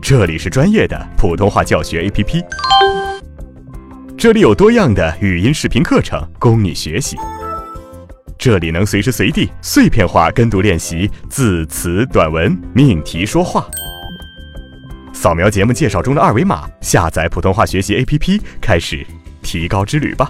这里是专业的普通话教学 APP， 这里有多样的语音视频课程供你学习，这里能随时随地碎片化跟读练习字词短文命题说话。扫描节目介绍中的二维码，下载普通话学习 APP， 开始提高之旅吧。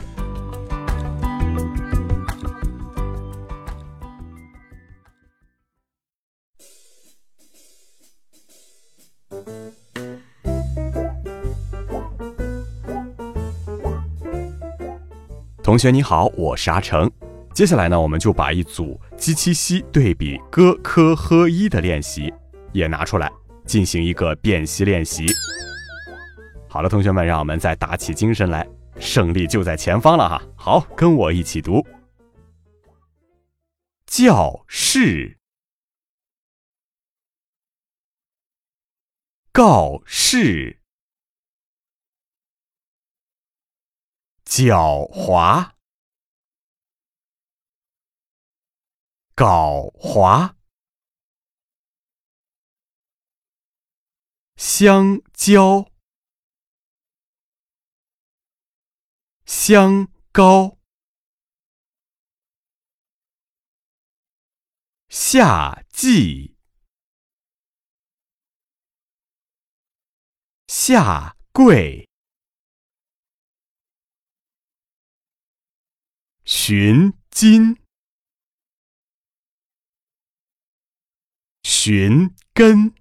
同学你好，我是阿成。接下来呢，我们就把一组鸡七西对比歌科呵一的练习也拿出来，进行一个辨析练习。好了，同学们，让我们再打起精神来，胜利就在前方了哈！好，跟我一起读：教室、告示、狡猾、狡猾、香蕉、香膏、夏季、下跪、寻根、寻根、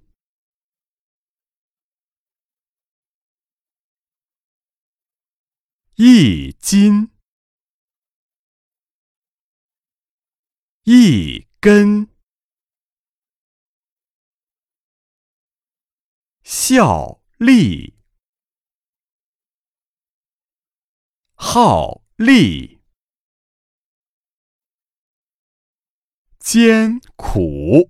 一斤、一根、效力、耗力、艰苦、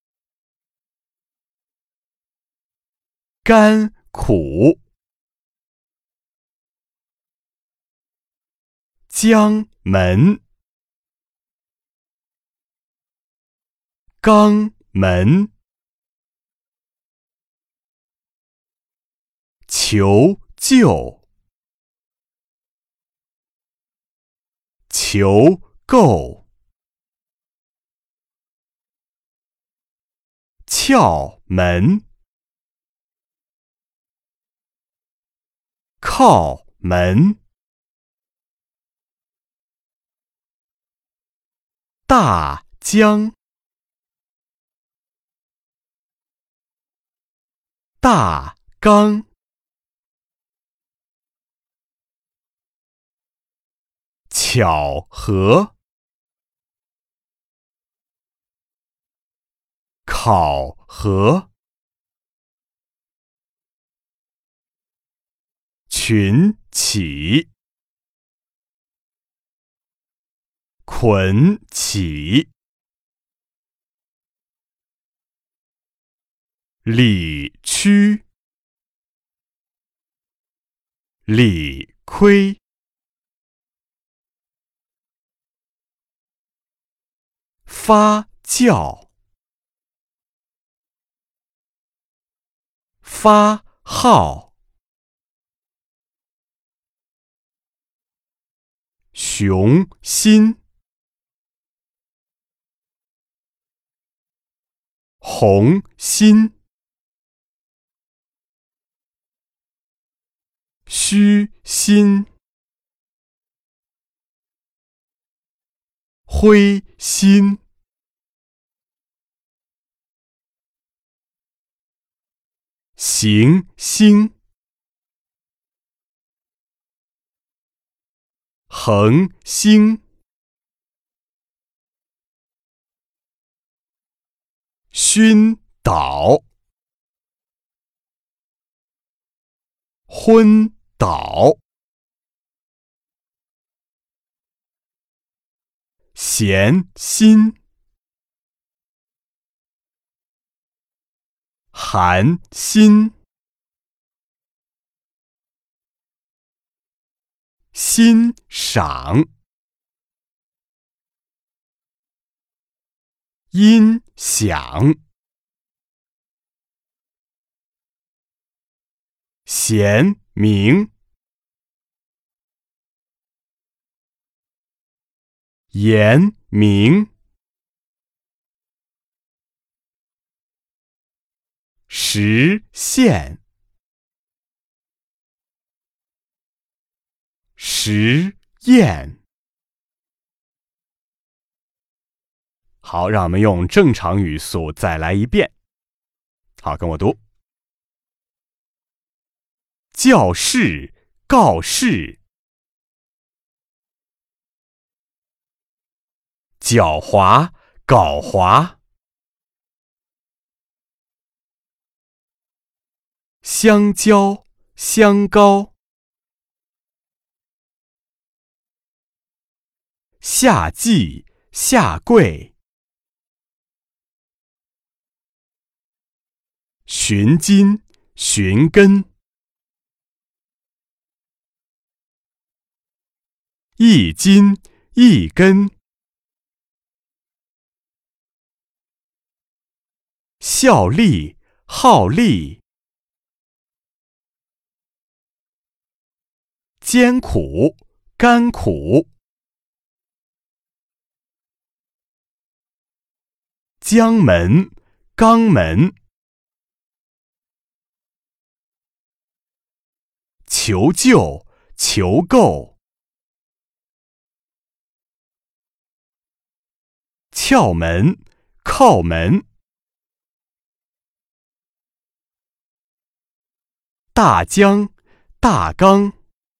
甘苦、江门、肛门、求救、求购、窍门、靠门、大江、大纲、巧合、考核、群起、捆起、理屈、理亏、发酵、发号、雄心、红心、虚心、灰心、行星、恒星、熏倒、昏倒、闲心、寒心、欣赏、音响、 贤明，严明，实现，实验。好，让我们用正常语速再来一遍。好，跟我读。教示，告示。狡猾，狡猾。相交，相高。下祭，下跪。寻根，寻根。一筋，一根。效力，耗力。艰苦，甘苦。江门，肛门。求救，求购。窍门，靠门。大江，大纲。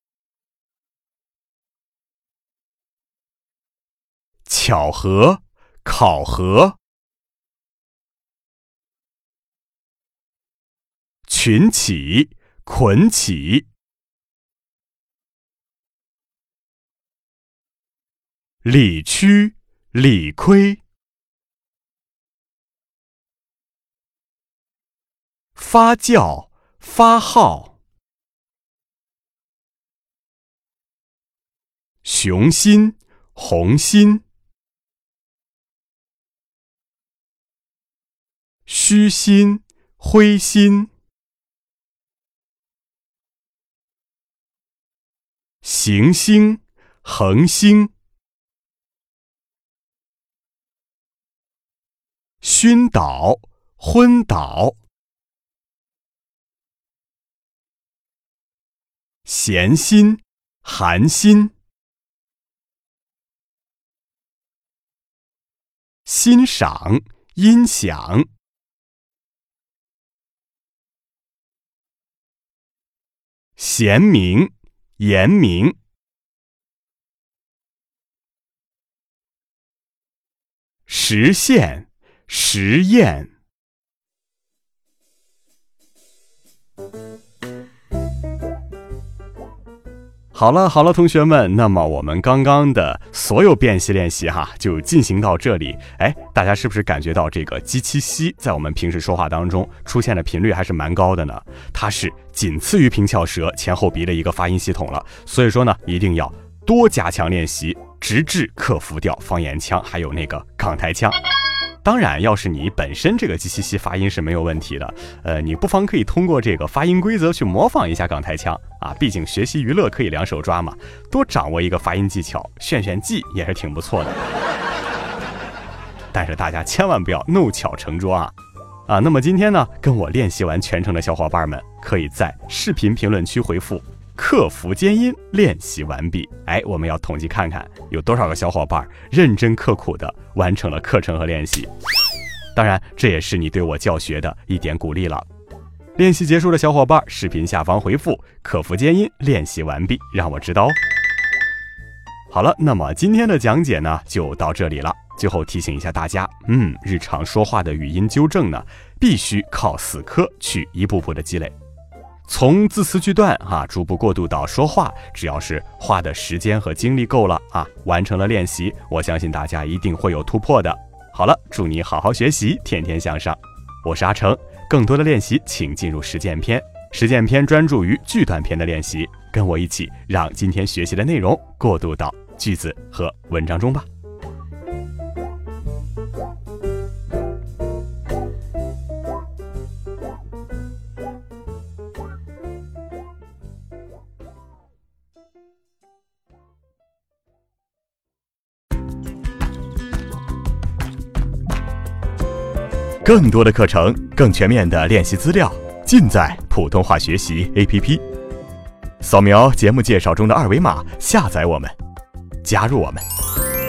巧合，考核。群起，捆起。理屈，理亏。发酵，发号。雄心，红心。虚心，灰心。行星，恒星。熏倒，昏倒。咸心，寒心。欣赏，音响。贤明，严明。实现，实验。好了，同学们，那么我们刚刚的所有辨析练习就进行到这里。大家是不是感觉到这个鸡七西在我们平时说话当中出现的频率还是蛮高的呢？它是仅次于平翘舌前后鼻的一个发音系统了，所以说呢，一定要多加强练习，直至克服掉方言腔还有那个港台腔。当然，要是你本身这个鸡七西发音是没有问题的，你不妨可以通过这个发音规则去模仿一下港台腔啊，毕竟学习娱乐可以两手抓嘛，多掌握一个发音技巧，炫炫技也是挺不错的。但是大家千万不要弄巧成拙啊！那么今天呢，跟我练习完全程的小伙伴们，可以在视频评论区回复克服尖音练习完毕。我们要统计看看有多少个小伙伴认真刻苦的完成了课程和练习。当然，这也是你对我教学的一点鼓励了。练习结束的小伙伴，视频下方回复克服尖音练习完毕，让我知道哦。好了，那么今天的讲解呢，就到这里了。最后提醒一下大家，日常说话的语音纠正呢，必须靠死磕去一步步的积累。从字词句段逐步过渡到说话，只要是花的时间和精力够了完成了练习，我相信大家一定会有突破的。好了，祝你好好学习，天天向上。我是阿成，更多的练习请进入实践篇。实践篇专注于句段篇的练习，跟我一起让今天学习的内容过渡到句子和文章中吧。 更多的课程，更全面的练习资料，尽在普通话学习 APP。扫描节目介绍中的2维码，下载我们，加入我们。